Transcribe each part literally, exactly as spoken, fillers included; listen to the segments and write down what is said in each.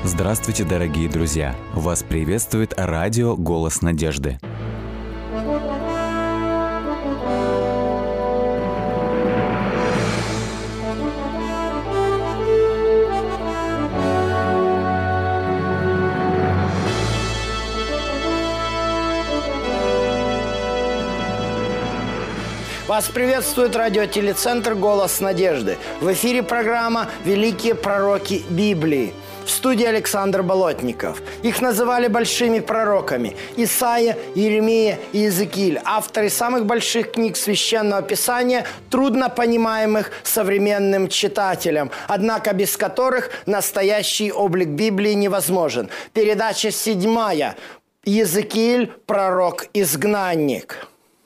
Здравствуйте, дорогие друзья! Вас приветствует радио «Голос надежды». Вас приветствует радиотелецентр «Голос надежды». В эфире программа «Великие пророки Библии». В студии Александр Болотников. Их называли большими пророками – Исаия, Иеремия и Иезекииль, авторы самых больших книг Священного Писания, трудно понимаемых современным читателям, однако без которых настоящий облик Библии невозможен. Передача седьмая. Иезекииль, пророк-изгнанник.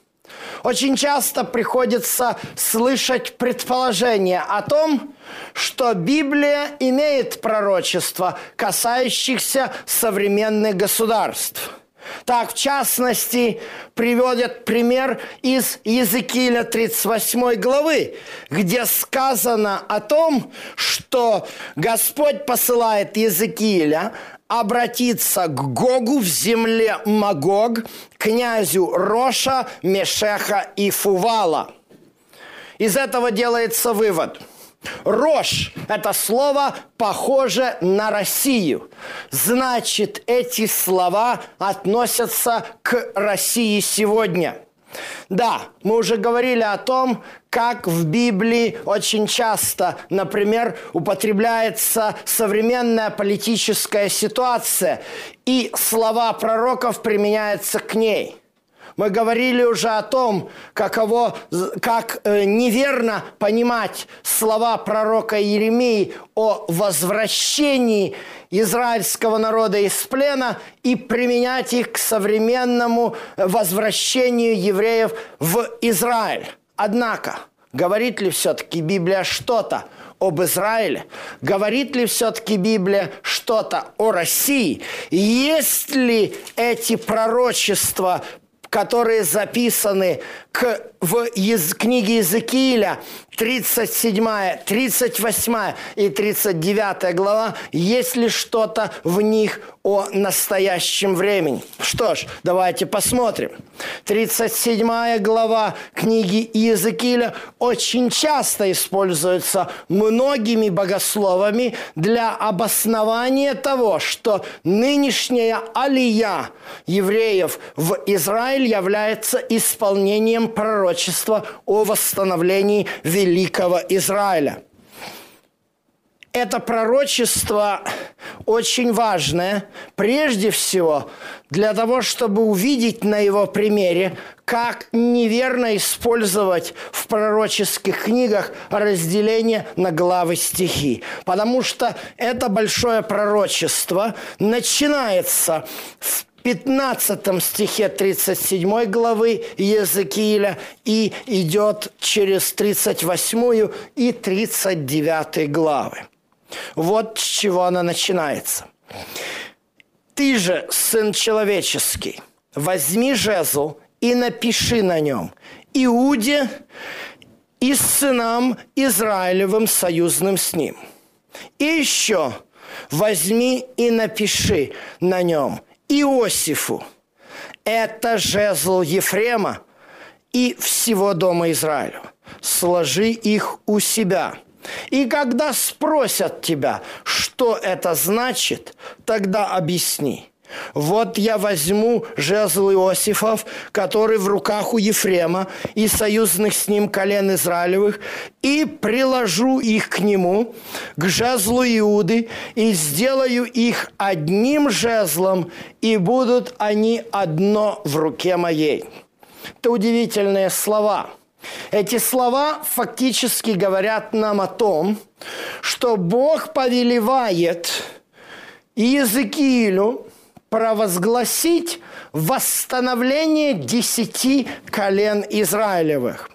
Очень часто приходится слышать предположение о том, что Библия имеет пророчества, касающихся современных государств. Так, в частности, приводят пример из Иезекииля тридцать восьмой главы, где сказано о том, что Господь посылает Иезекииля обратиться к Гогу в земле Магог, князю Роша, Мешеха и Фувала. Из этого делается вывод. Рош – это слово похоже на Россию. Значит, эти слова относятся к России сегодня. Да, мы уже говорили о том, как в Библии очень часто, например, употребляется современная политическая ситуация, и слова пророков применяются к ней. Мы говорили уже о том, каково, как э, неверно понимать слова пророка Иеремии о возвращении израильского народа из плена и применять их к современному возвращению евреев в Израиль. Однако, говорит ли все-таки Библия что-то об Израиле? Говорит ли все-таки Библия что-то о России? Есть ли эти пророчества, которые записаны к, в Ез, книге Иезекииля, тридцать седьмая, тридцать восьмая и тридцать девятая глава, есть ли что-то в них о настоящем времени? Что ж, давайте посмотрим. тридцать седьмая глава книги Иезекииля очень часто используется многими богословами для обоснования того, что нынешняя алия евреев в Израиль является исполнением пророчества о восстановлении Великого Израиля. Это пророчество очень важное, прежде всего, для того, чтобы увидеть на его примере, как неверно использовать в пророческих книгах разделение на главы стихи. Потому что это большое пророчество начинается в пятнадцатом стихе тридцать седьмой главы Иезекииля и идет через тридцать восьмую и тридцать девятую главы. Вот с чего она начинается. «Ты же, сын человеческий, возьми жезл и напиши на нем: Иуде и сынам Израилевым, союзным с ним. И еще возьми и напиши на нем: Иосифу, это жезл Ефрема и всего дома Израилю. Сложи их у себя. И когда спросят тебя, что это значит, тогда объясни. Вот я возьму жезл Иосифов, который в руках у Ефрема и союзных с ним колен Израилевых, и приложу их к нему, к жезлу Иуды, и сделаю их одним жезлом, и будут они одно в руке моей». Это удивительные слова. Эти слова фактически говорят нам о том, что Бог повелевает Иезекиилю провозгласить восстановление десяти колен Израилевых.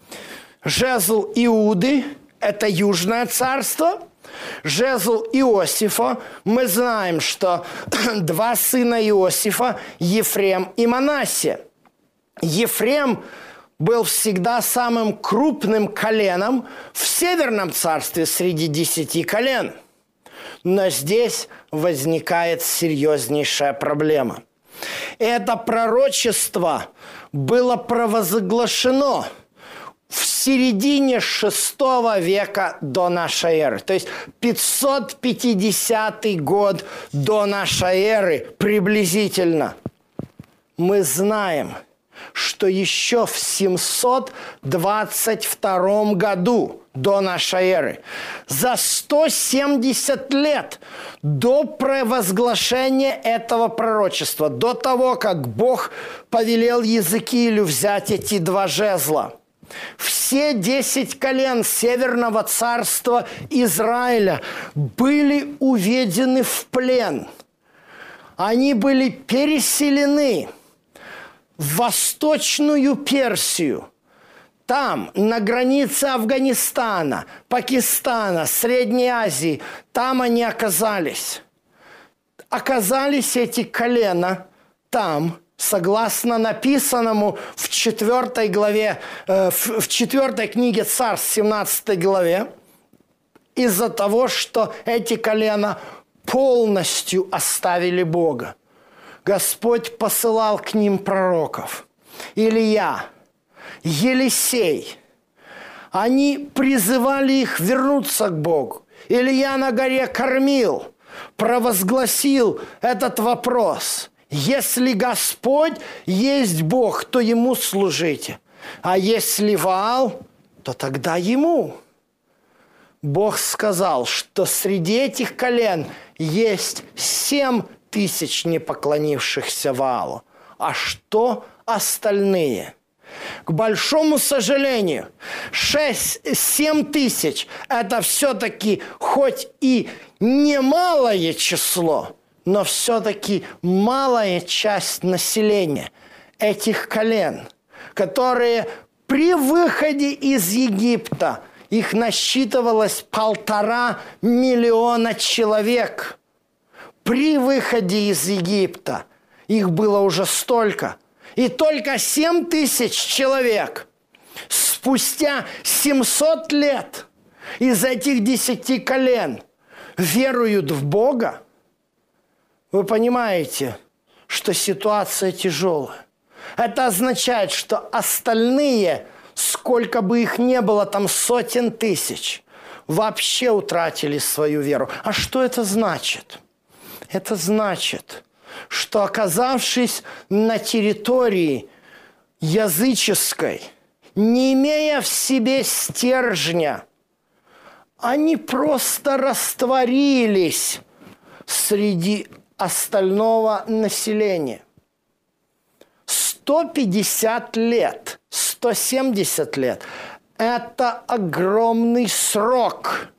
Жезл Иуды – это Южное царство. Жезл Иосифа, мы знаем, что два сына Иосифа – Ефрем и Манассия. Ефрем был всегда самым крупным коленом в Северном царстве среди десяти колен. Но здесь возникает серьезнейшая проблема. Это пророчество было провозглашено в середине шестого века до нашей эры. То есть пятьсот пятидесятый год до нашей эры приблизительно. Мы знаем, что еще в семьсот двадцать втором году до нашей эры, за сто семьдесят лет до провозглашения этого пророчества, до того, как Бог повелел Иезекиилю взять эти два жезла, все десять колен Северного царства Израиля были уведены в плен. Они были переселены в Восточную Персию. Там, на границе Афганистана, Пакистана, Средней Азии, там они оказались. Оказались эти колена там, согласно написанному в четвертой главе, э, в, в четвертой книге Царств, семнадцатой главе, из-за того, что эти колена полностью оставили Бога. Господь посылал к ним пророков. Илия, Елисей. Они призывали их вернуться к Богу. Илия на горе кормил, провозгласил этот вопрос. Если Господь есть Бог, то Ему служите. А если Ваал, то тогда Ему. Бог сказал, что среди этих колен есть семь тысяч не поклонившихся Ваалу. А что остальные? К большому сожалению, шесть-семь тысяч – это все-таки хоть и немалое число, но все-таки малая часть населения этих колен, которые при выходе из Египта, их насчитывалось полтора миллиона человек. При выходе из Египта их было уже столько. И только семь тысяч человек спустя семьсот лет из этих десяти колен веруют в Бога. Вы понимаете, что ситуация тяжелая. Это означает, что остальные, сколько бы их ни было, там сотен тысяч, вообще утратили свою веру. А что это значит? Это значит, что, оказавшись на территории языческой, не имея в себе стержня, они просто растворились среди остального населения. сто пятьдесят лет, сто семьдесят лет – это огромный срок.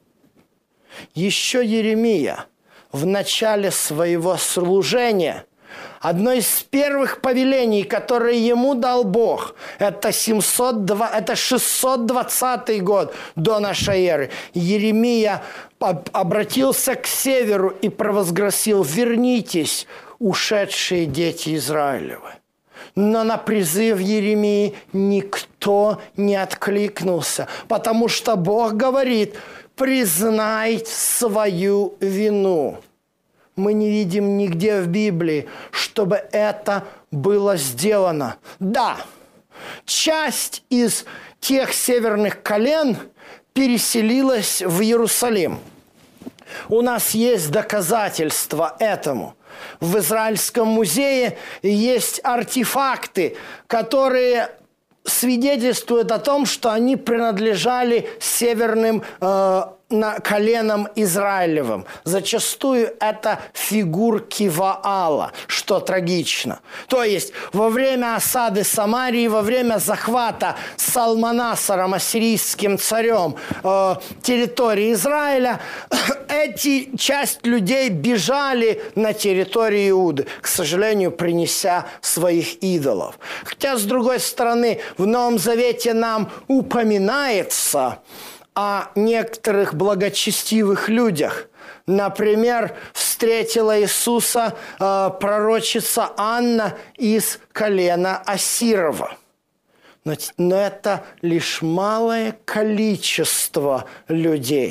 Еще Иеремия в начале своего служения, одно из первых повелений, которые ему дал Бог, это, семьсот два, это шестьсот двадцатый год до нашей эры. Иеремия обратился к северу и провозгласил: «Вернитесь, ушедшие дети Израилевы». Но на призыв Иеремии никто не откликнулся, потому что Бог говорит: признай свою вину. Мы не видим нигде в Библии, чтобы это было сделано. Да, часть из тех северных колен переселилась в Иерусалим. У нас есть доказательства этому. В Израильском музее есть артефакты, которые свидетельствуют о том, что они принадлежали северным э, коленам Израилевым. Зачастую это фигурки Ваала, что трагично. То есть во время осады Самарии, во время захвата Салманасаром, ассирийским царем, э, территории Израиля, эти часть людей бежали на территорию Иуды, к сожалению, принеся своих идолов. Хотя, с другой стороны, в Новом Завете нам упоминается о некоторых благочестивых людях. Например, встретила Иисуса э, пророчица Анна из колена Асирова. Но, но это лишь малое количество людей.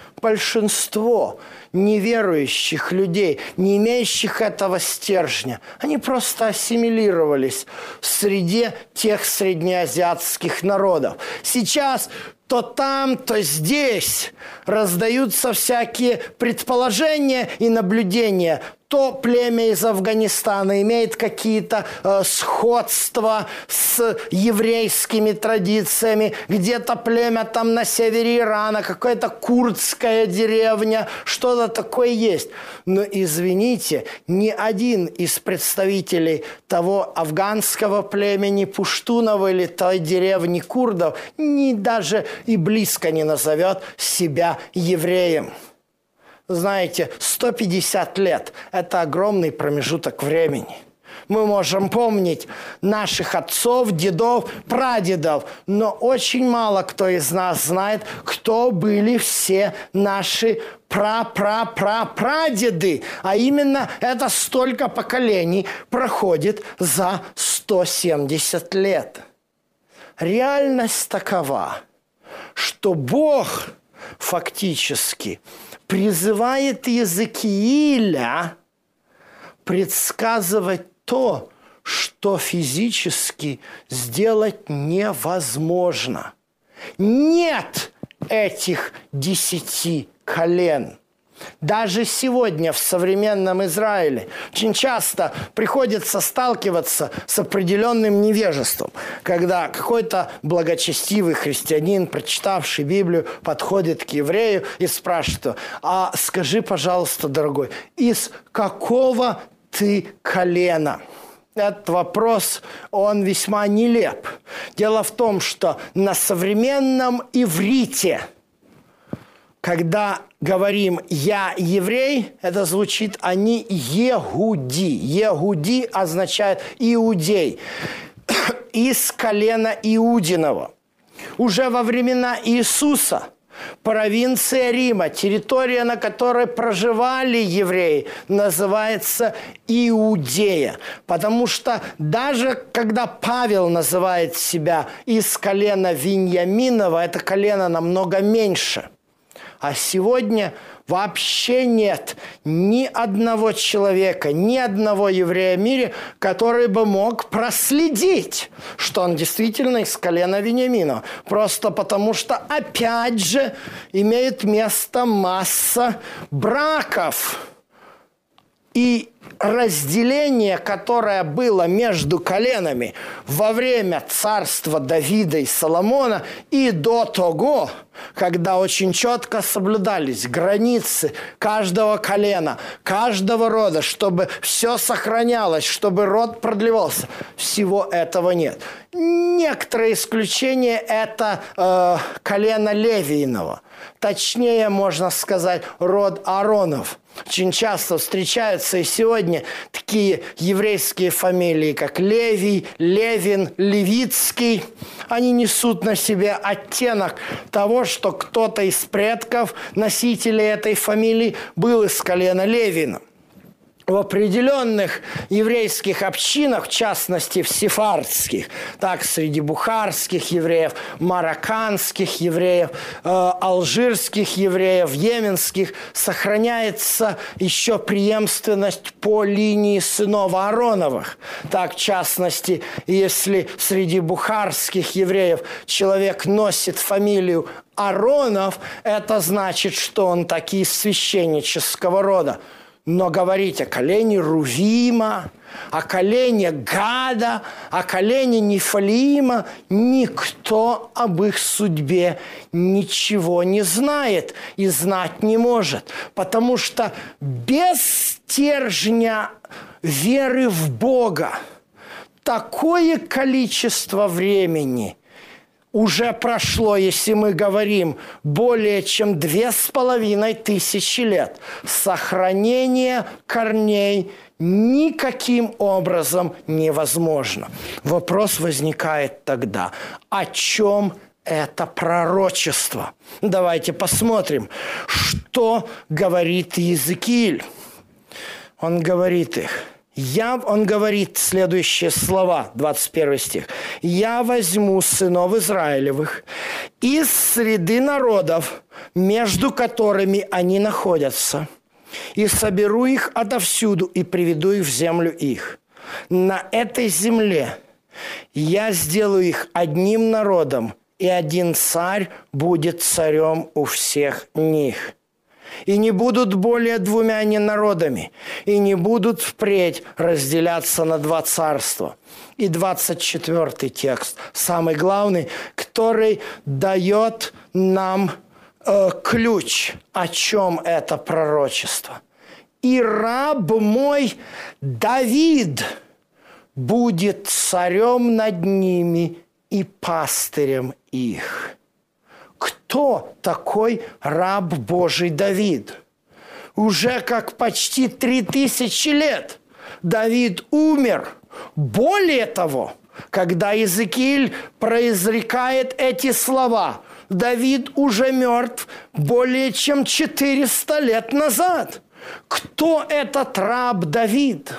большинство неверующих людей, не имеющих этого стержня, они просто ассимилировались в среде тех среднеазиатских народов. Сейчас то там, то здесь раздаются всякие предположения и наблюдения. То племя из Афганистана имеет какие-то э, сходства с еврейскими традициями. Где-то племя там на севере Ирана, какая-то курдская деревня, что-то такое есть. Но, извините, ни один из представителей того афганского племени пуштунов или той деревни курдов ни даже и близко не назовет себя евреем. Знаете, сто пятьдесят лет – это огромный промежуток времени. Мы можем помнить наших отцов, дедов, прадедов, но очень мало кто из нас знает, кто были все наши пра-пра-пра-прадеды. А именно это столько поколений проходит за сто семьдесят лет. Реальность такова, что Бог фактически призывает Иезекииля предсказывать то, что физически сделать невозможно. Нет этих десяти колен. Даже сегодня в современном Израиле очень часто приходится сталкиваться с определенным невежеством, когда какой-то благочестивый христианин, прочитавший Библию, подходит к еврею и спрашивает: а скажи, пожалуйста, дорогой, из какого ты колена? Этот вопрос, он весьма нелеп. Дело в том, что на современном иврите, когда говорим «я еврей», это звучит «они егуди». Егуди означает «иудей», из колена Иудиного. Уже во времена Иисуса провинция Рима, территория, на которой проживали евреи, называется Иудея. Потому что даже когда Павел называет себя из колена Виньяминова, это колено намного меньше. А сегодня вообще нет ни одного человека, ни одного еврея в мире, который бы мог проследить, что он действительно из колена Вениамина. Просто потому что, опять же, имеет место масса браков. И разделение, которое было между коленами во время царства Давида и Соломона и до того, когда очень четко соблюдались границы каждого колена, каждого рода, чтобы все сохранялось, чтобы род продлевался, всего этого нет. Некоторые исключения – это э, колено Левииного. Точнее, можно сказать, род Ааронов. Очень часто встречаются и сегодня такие еврейские фамилии, как Левий, Левин, Левицкий. Они несут на себе оттенок того, что кто-то из предков носителей этой фамилии был из колена Левина. В определенных еврейских общинах, в частности в сефардских, так среди бухарских евреев, марокканских евреев, э, алжирских евреев, йеменских, сохраняется еще преемственность по линии сынов Аароновых. Так, в частности, если среди бухарских евреев человек носит фамилию Ааронов, это значит, что он таки из священнического рода. Но говорить о колене Рувима, о колене Гада, о колене Нефалиима никто об их судьбе ничего не знает и знать не может. Потому что без стержня веры в Бога такое количество времени уже прошло, если мы говорим, более чем две с половиной тысячи лет. Сохранение корней никаким образом невозможно. Вопрос возникает тогда: о чем это пророчество? Давайте посмотрим, что говорит Иезекииль. Он говорит их. Я, он говорит следующие слова, двадцать первый стих. «Я возьму сынов Израилевых из среды народов, между которыми они находятся, и соберу их отовсюду и приведу их в землю их. На этой земле я сделаю их одним народом, и один царь будет царем у всех них. И не будут более двумя они народами, и не будут впредь разделяться на два царства. И двадцать четвёртый текст, самый главный, который дает нам э, ключ, о чем это пророчество. «И раб мой Давид будет царем над ними и пастырем их». Кто такой раб Божий Давид? Уже как почти три тысячи лет Давид умер. Более того, когда Иезекииль произрекает эти слова, Давид уже мертв более чем четыреста лет назад. Кто этот раб Давид?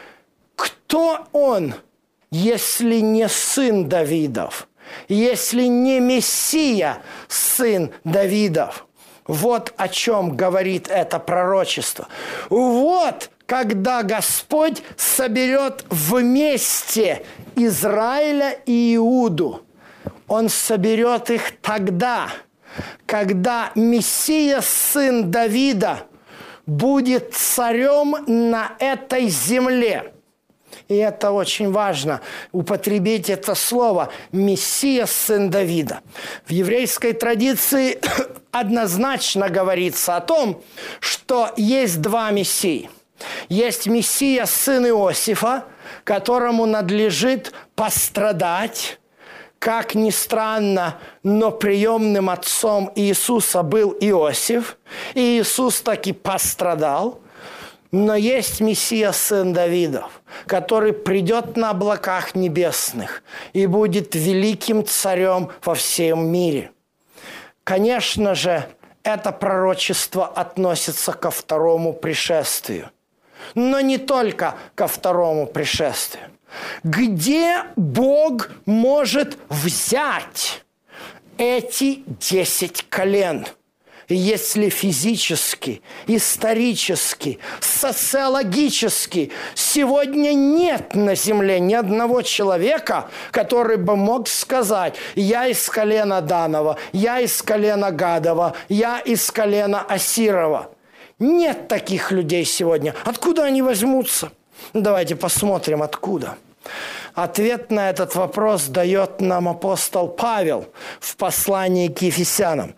Кто он, если не сын Давидов? Если не Мессия, сын Давидов? Вот о чем говорит это пророчество. Вот когда Господь соберет вместе Израиля и Иуду. Он соберет их тогда, когда Мессия, сын Давида, будет царем на этой земле. И это очень важно, употребить это слово «Мессия, сын Давида». В еврейской традиции однозначно говорится о том, что есть два Мессии. Есть Мессия, сын Иосифа, которому надлежит пострадать. Как ни странно, но приемным отцом Иисуса был Иосиф, и Иисус таки пострадал. Но есть Мессия, сын Давидов, который придет на облаках небесных и будет великим царем во всем мире. Конечно же, это пророчество относится ко второму пришествию. Но не только ко второму пришествию. Где Бог может взять эти десять колен? Если физически, исторически, социологически сегодня нет на земле ни одного человека, который бы мог сказать: я из колена Данова, я из колена Гадова, я из колена Асирова. Нет таких людей сегодня. Откуда они возьмутся? Давайте посмотрим, откуда. Ответ на этот вопрос дает нам апостол Павел в послании к Ефесянам.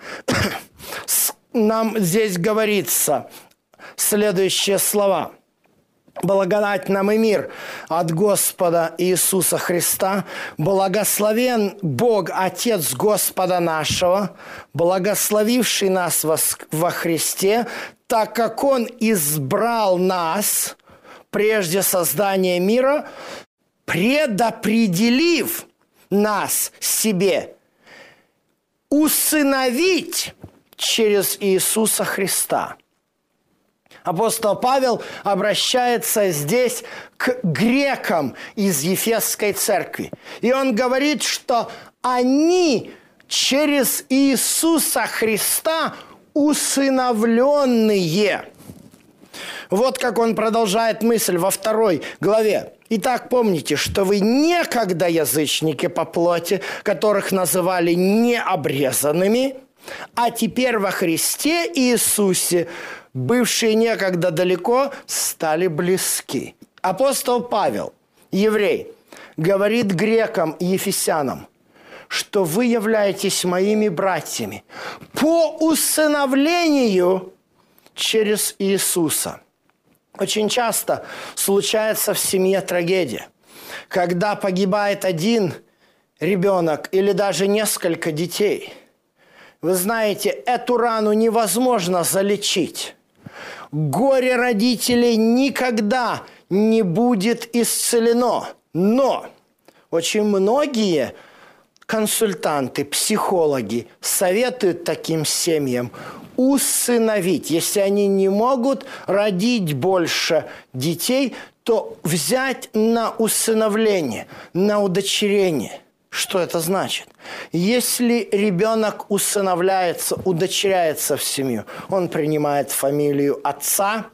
Нам здесь говорится следующие слова. «Благодать нам и мир от Господа Иисуса Христа, благословен Бог, Отец Господа нашего, благословивший нас во Христе, так как Он избрал нас прежде создания мира, предопределив нас себе усыновить через Иисуса Христа». Апостол Павел обращается здесь к грекам из Ефесской церкви. И он говорит, что они через Иисуса Христа усыновленные. Вот как он продолжает мысль во второй главе. «Итак, помните, что вы некогда язычники по плоти, которых называли необрезанными, а теперь во Христе Иисусе, бывшие некогда далеко, стали близки». Апостол Павел, еврей, говорит грекам и ефесянам, что вы являетесь моими братьями по усыновлению через Иисуса. Очень часто случается в семье трагедия, когда погибает один ребенок или даже несколько детей. Вы знаете, эту рану невозможно залечить. Горе родителей никогда не будет исцелено. Но очень многие консультанты, психологи советуют таким семьям усыновить. Если они не могут родить больше детей, то взять на усыновление, на удочерение. Что это значит? Если ребенок усыновляется, удочеряется в семью, он принимает фамилию отца,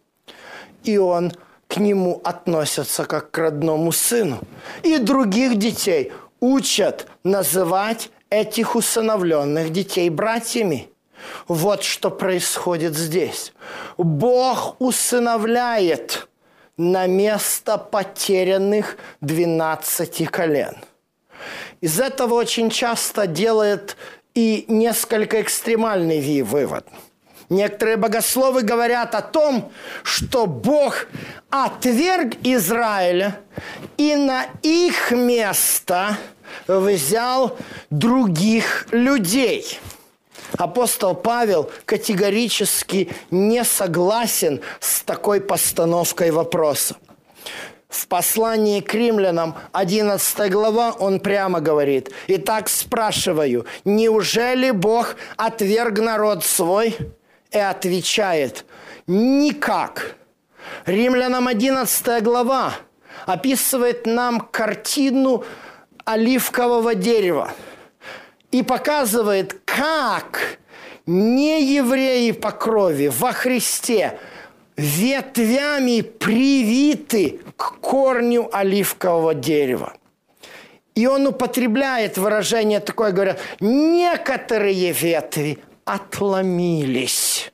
и он к нему относится как к родному сыну. И других детей учат называть этих усыновленных детей братьями. Вот что происходит здесь. Бог усыновляет на место потерянных двенадцати колен. Из этого очень часто делает и несколько экстремальный вывод. Некоторые богословы говорят о том, что Бог отверг Израиля и на их место взял других людей. Апостол Павел категорически не согласен с такой постановкой вопроса. В послании к римлянам, одиннадцатая глава, он прямо говорит: «Итак, спрашиваю, неужели Бог отверг народ свой?» И отвечает: «Никак». Римлянам одиннадцатая глава описывает нам картину оливкового дерева и показывает, как неевреи по крови во Христе ветвями привиты к корню оливкового дерева. И он употребляет выражение такое, говорят, некоторые ветви отломились.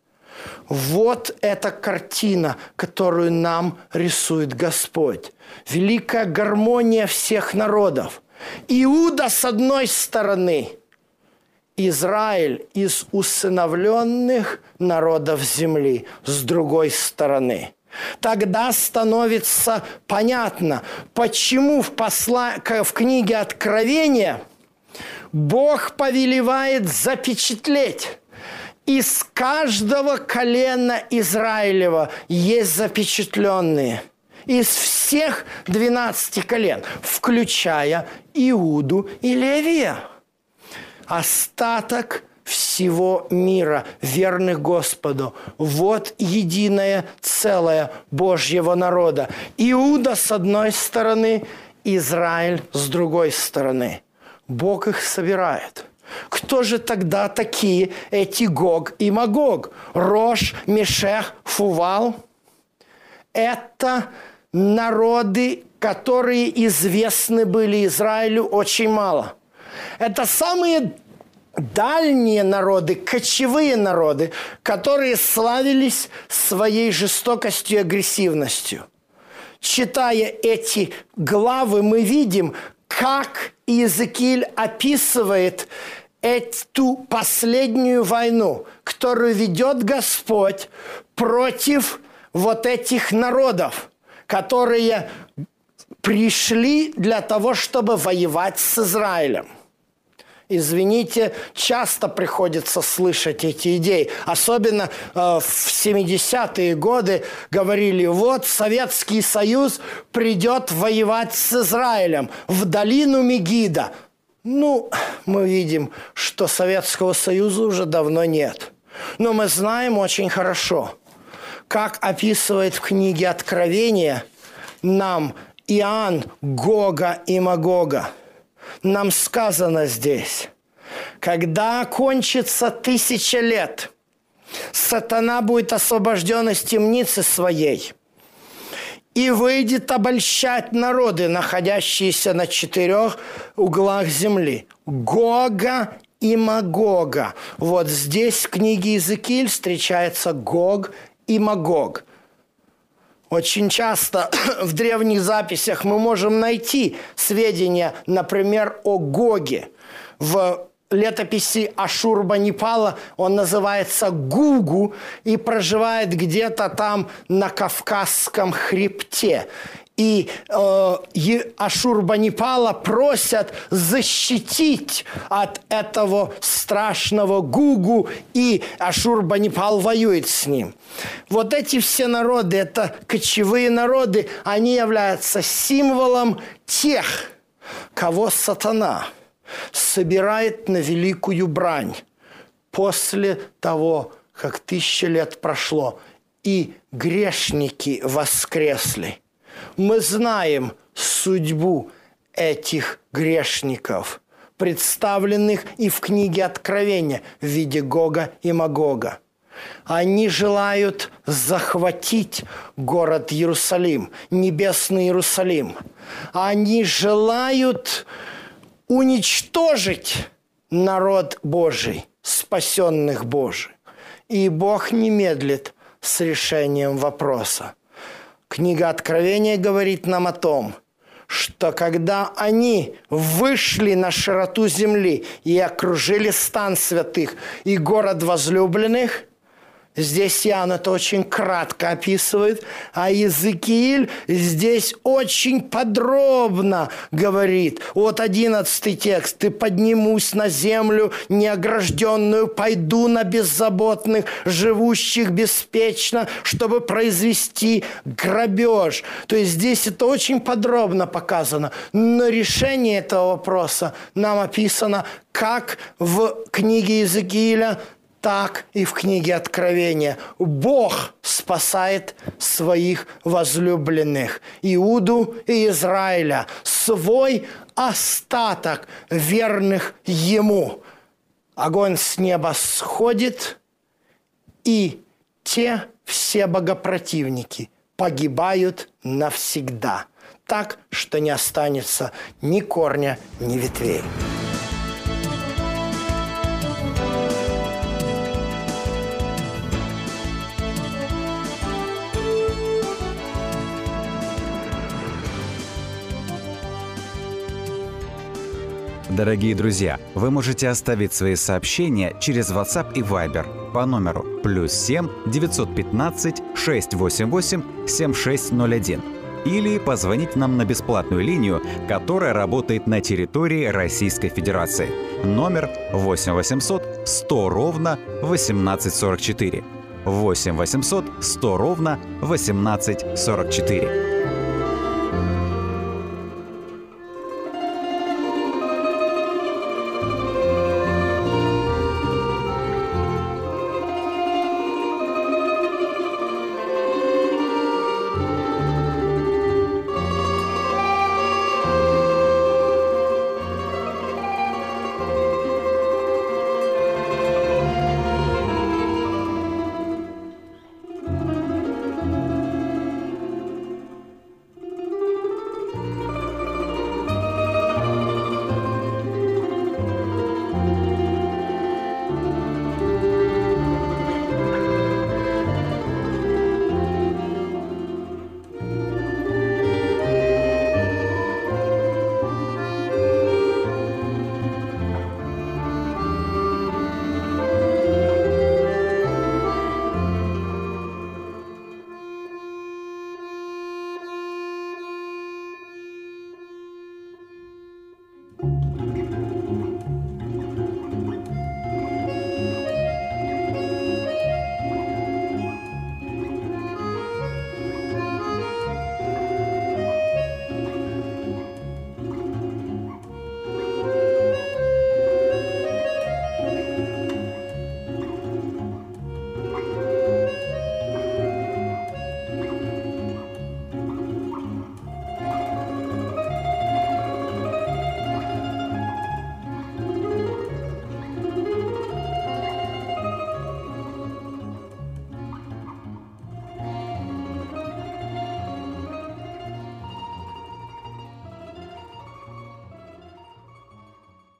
Вот эта картина, которую нам рисует Господь. Великая гармония всех народов. Иуда с одной стороны, Израиль из усыновленных народов земли с другой стороны. Тогда становится понятно, почему в, посла... в книге Откровения Бог повелевает запечатлеть. Из каждого колена Израилева есть запечатленные. Из всех двенадцати колен, включая Иуду и Левия. Остаток всего мира, верных Господу. Вот единое целое Божьего народа. Иуда с одной стороны, Израиль с другой стороны. Бог их собирает. Кто же тогда такие эти Гог и Магог? Рош, Мешех, Фувал? Это народы, которые известны были Израилю очень мало. Это самые дальние народы, кочевые народы, которые славились своей жестокостью и агрессивностью. Читая эти главы, мы видим, как Иезекииль описывает эту последнюю войну, которую ведет Господь против вот этих народов, которые пришли для того, чтобы воевать с Израилем. Извините, часто приходится слышать эти идеи. Особенно э, в семидесятые годы говорили, вот Советский Союз придет воевать с Израилем в долину Мегида. Ну, мы видим, что Советского Союза уже давно нет. Но мы знаем очень хорошо, как описывает в книге Откровения нам Иоанн Гога и Магога. Нам сказано здесь, когда кончится тысяча лет, сатана будет освобожден из темницы своей и выйдет обольщать народы, находящиеся на четырех углах земли. Гога и Магога. Вот здесь в книге Иезекииль встречается Гог и Магог. Очень часто в древних записях мы можем найти сведения, например, о Гоге. В летописи Ашурбанипала он называется Гугу и проживает где-то там на Кавказском хребте. И э, Ашурбанипала просят защитить от этого страшного Гугу, и Ашурбанипал воюет с ним. Вот эти все народы, это кочевые народы, они являются символом тех, кого сатана собирает на великую брань после того, как тысяча лет прошло, и грешники воскресли. Мы знаем судьбу этих грешников, представленных и в книге Откровения в виде Гога и Магога. Они желают захватить город Иерусалим, небесный Иерусалим. Они желают уничтожить народ Божий, спасенных Божий. И Бог не медлит с решением вопроса. Книга Откровения говорит нам о том, что когда они вышли на широту земли и окружили стан святых и город возлюбленных, здесь Иоанн это очень кратко описывает, а Иезекииль здесь очень подробно говорит. Вот одиннадцатый текст. «И поднимусь на землю неогражденную, пойду на беззаботных, живущих беспечно, чтобы произвести грабеж». То есть здесь это очень подробно показано. Но решение этого вопроса нам описано как в книге Иезекииля, так и в книге Откровения. Бог спасает своих возлюбленных, Иуду и Израиля, свой остаток верных Ему. Огонь с неба сходит, и те все богопротивники погибают навсегда, так, что не останется ни корня, ни ветвей. Дорогие друзья, вы можете оставить свои сообщения через WhatsApp и Viber по номеру плюс семь девятьсот пятнадцать шестьсот восемьдесят восемь семьдесят шесть ноль один или позвонить нам на бесплатную линию, которая работает на территории Российской Федерации. Номер восемь восемьсот сто ровно восемнадцать сорок четыре. восемь восемьсот сто ровно восемнадцать сорок четыре.